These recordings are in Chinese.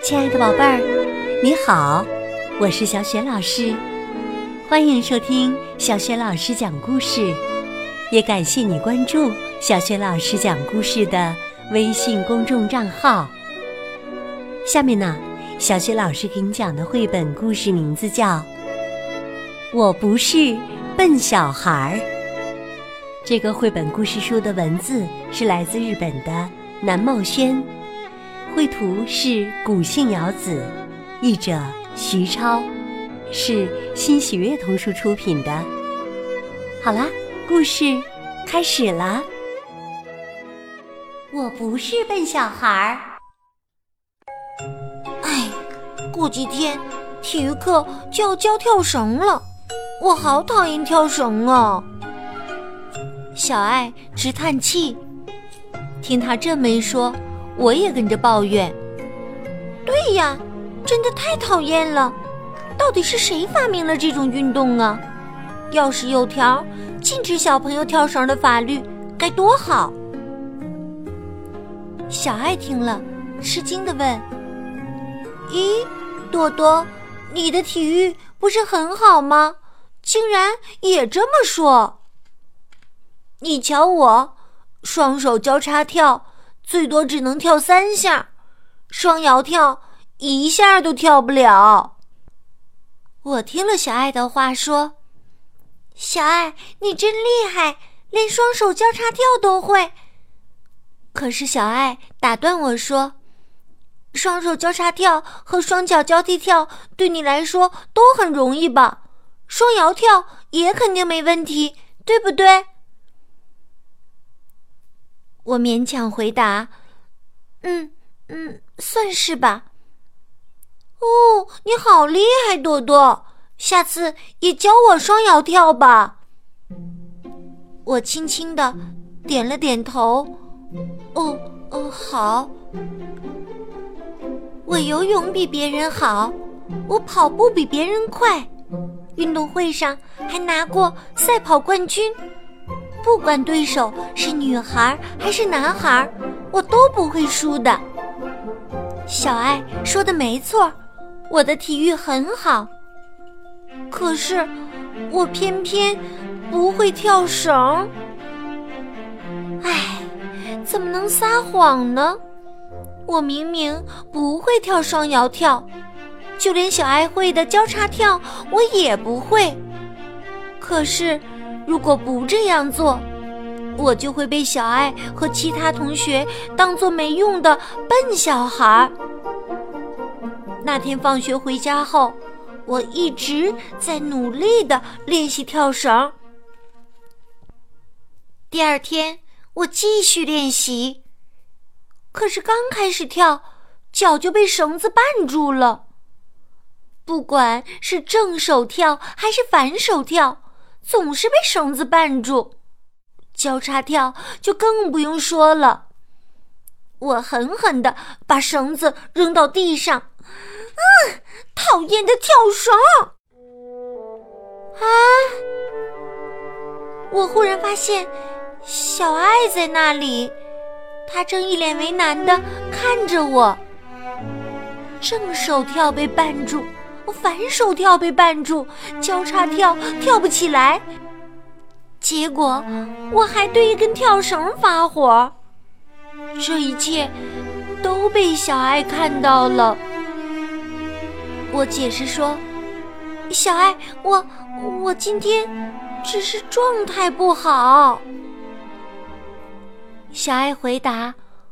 亲爱的宝贝儿，你好，我是小雪老师，欢迎收听小雪老师讲故事，也感谢你关注小雪老师讲故事的微信公众账号。下面呢，小雪老师给你讲的绘本故事名字叫《我不是笨小孩》。这个绘本故事书的文字是来自日本的南茂轩，绘图是古信遥子，译者徐超，是新喜悦童书出品的。好啦，故事开始了。我不是笨小孩。 过几天体育课就要教跳绳了，我好讨厌跳绳啊！小爱直叹气。听他这么一说，我也跟着抱怨。对呀，真的太讨厌了！到底是谁发明了这种运动啊？要是有条禁止小朋友跳绳的法律，该多好！小爱听了，吃惊地问：咦，多多，你的体育不是很好吗？竟然也这么说。你瞧我，双手交叉跳，最多只能跳3下，双摇跳1下都跳不了。我听了小爱的话说：小爱，你真厉害，连双手交叉跳都会。可是小爱打断我说：双手交叉跳和双脚交替跳对你来说都很容易吧？双摇跳也肯定没问题，对不对？我勉强回答：算是吧。哦，你好厉害，多多，下次也教我双摇跳吧。我轻轻地点了点头。好。我游泳比别人好，我跑步比别人快，运动会上还拿过赛跑冠军。不管对手是女孩还是男孩，我都不会输的。小爱说的没错，我的体育很好，可是我偏偏不会跳绳。怎么能撒谎呢？我明明不会跳双摇跳，就连小爱会的交叉跳我也不会。可是如果不这样做，我就会被小爱和其他同学当作没用的笨小孩。那天放学回家后，我一直在努力地练习跳绳。第二天我继续练习，可是刚开始跳，脚就被绳子绊住了。不管是正手跳还是反手跳，总是被绳子绊住。交叉跳就更不用说了。我狠狠地把绳子扔到地上。讨厌的跳绳！我忽然发现小爱在那里，她正一脸为难地看着我。正手跳被绊住，反手跳被绊住，交叉跳跳不起来，结果我还对一根跳绳发火。这一切都被小爱看到了。我解释说：小爱，我今天只是状态不好。小爱回答：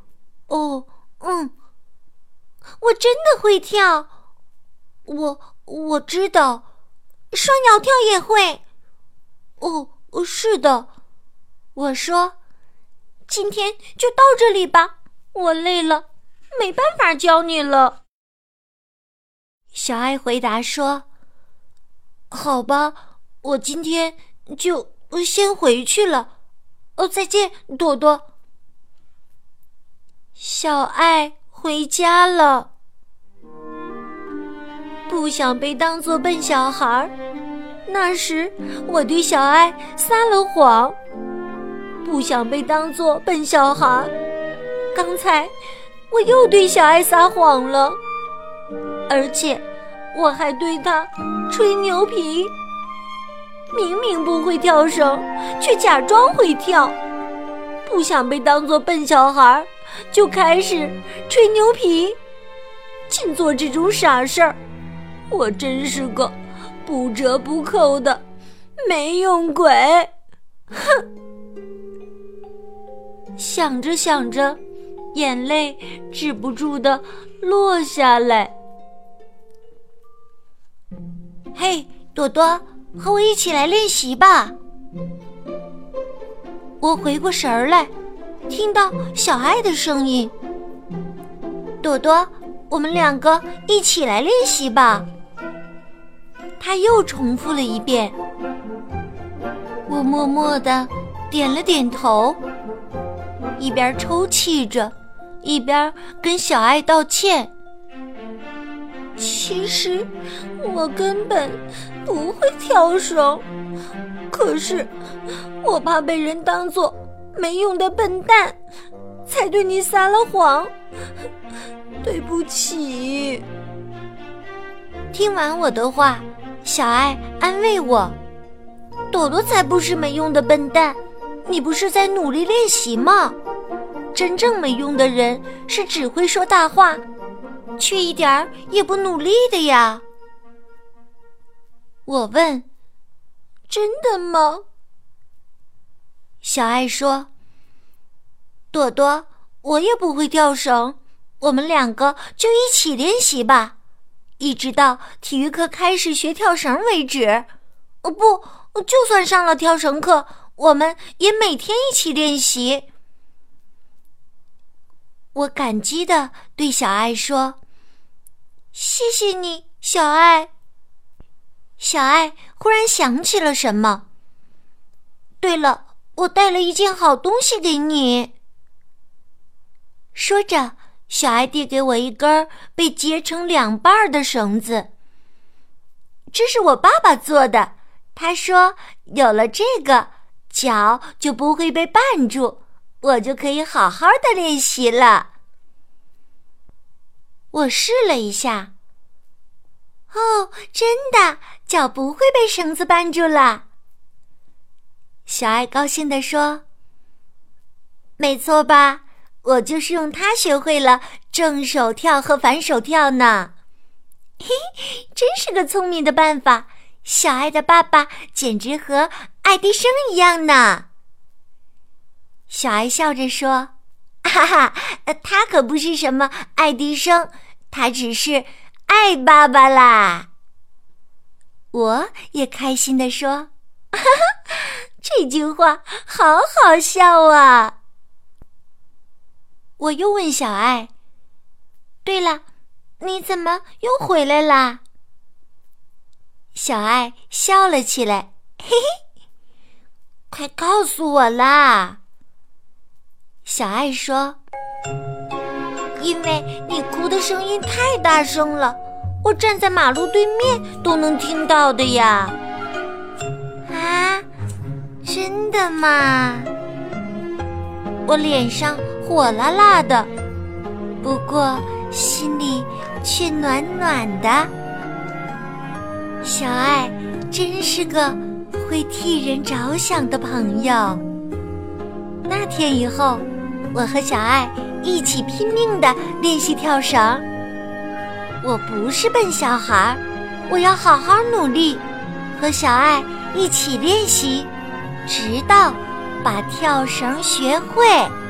我真的会跳，我知道，双摇跳也会。是的。我说：今天就到这里吧，我累了，没办法教你了。小爱回答说：好吧，我今天就先回去了。再见，多多。小爱回家了。不想被当作笨小孩，那时我对小爱撒了谎。不想被当作笨小孩，刚才我又对小爱撒谎了。 而且我还对他吹牛皮，明明不会跳绳，却假装会跳，不想被当作笨小孩，就开始吹牛皮，净做这种傻事儿。我真是个不折不扣的没用鬼！哼！想着想着，眼泪止不住的落下来。嘿，朵朵，和我一起来练习吧。我回过神儿来，听到小爱的声音。朵朵，我们两个一起来练习吧。他又重复了一遍。我默默地点了点头，一边抽泣着，一边跟小爱道歉。其实我根本不会跳绳，可是我怕被人当作没用的笨蛋，才对你撒了谎，对不起。听完我的话，小爱安慰我，朵朵才不是没用的笨蛋，你不是在努力练习吗？真正没用的人是只会说大话，却一点儿也不努力的呀。我问，真的吗？小爱说，朵朵，我也不会跳绳，我们两个就一起练习吧，一直到体育课开始学跳绳为止。不，就算上了跳绳课，我们也每天一起练习。我感激地对小爱说，谢谢你，小爱。小爱忽然想起了什么。对了，我带了一件好东西给你。说着，小爱递给我一根被截成2半的绳子。这是我爸爸做的，他说有了这个，脚就不会被绊住，我就可以好好的练习了。我试了一下，哦，真的，脚不会被绳子绊住了。小爱高兴地说，没错吧，我就是用它学会了正手跳和反手跳呢。嘿，真是个聪明的办法，小爱的爸爸简直和爱迪生一样呢。小爱笑着说，哈哈，他可不是什么爱迪生，他只是爱爸爸啦。我也开心地说，哈哈，这句话好好笑啊。我又问小爱，对了，你怎么又回来啦？小爱笑了起来，嘿嘿，快告诉我啦。小爱说，因为你哭的声音太大声了，我站在马路对面都能听到的呀。啊，真的吗？我脸上火辣辣的，不过心里却暖暖的。小爱真是个会替人着想的朋友。那天以后，我和小爱一起拼命地练习跳绳。我不是笨小孩，我要好好努力，和小爱一起练习，直到把跳绳学会。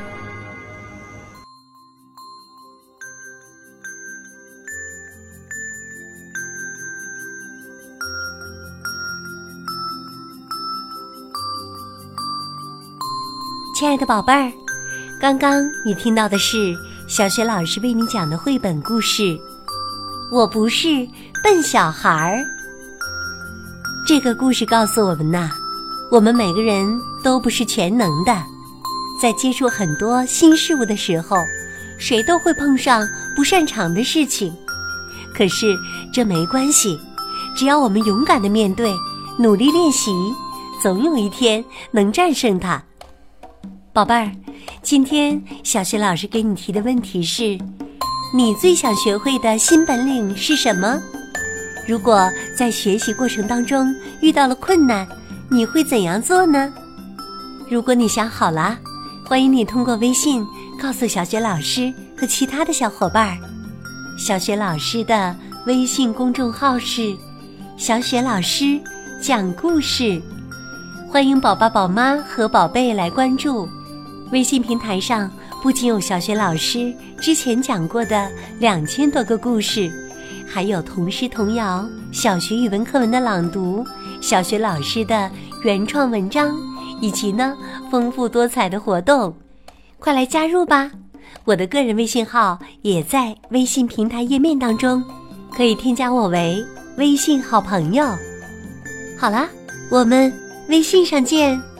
亲爱的宝贝儿，刚刚你听到的是小雪老师为你讲的绘本故事《我不是笨小孩儿》。这个故事告诉我们呐，我们每个人都不是全能的，在接触很多新事物的时候，谁都会碰上不擅长的事情。可是这没关系，只要我们勇敢地面对，努力练习，总有一天能战胜它。宝贝儿，今天小雪老师给你提的问题是， 你最想学会的新本领是什么？如果在学习过程当中遇到了困难，你会怎样做呢？如果你想好了，欢迎你通过微信告诉小雪老师和其他的小伙伴。小雪老师的微信公众号是小雪老师讲故事，欢迎宝宝、宝妈和宝贝来关注。微信平台上不仅有小雪老师之前讲过的2000多个故事，还有童诗童谣、小学语文课文的朗读、小学老师的原创文章，以及丰富多彩的活动。快来加入吧！我的个人微信号也在微信平台页面当中，可以添加我为微信好朋友。好啦，我们微信上见。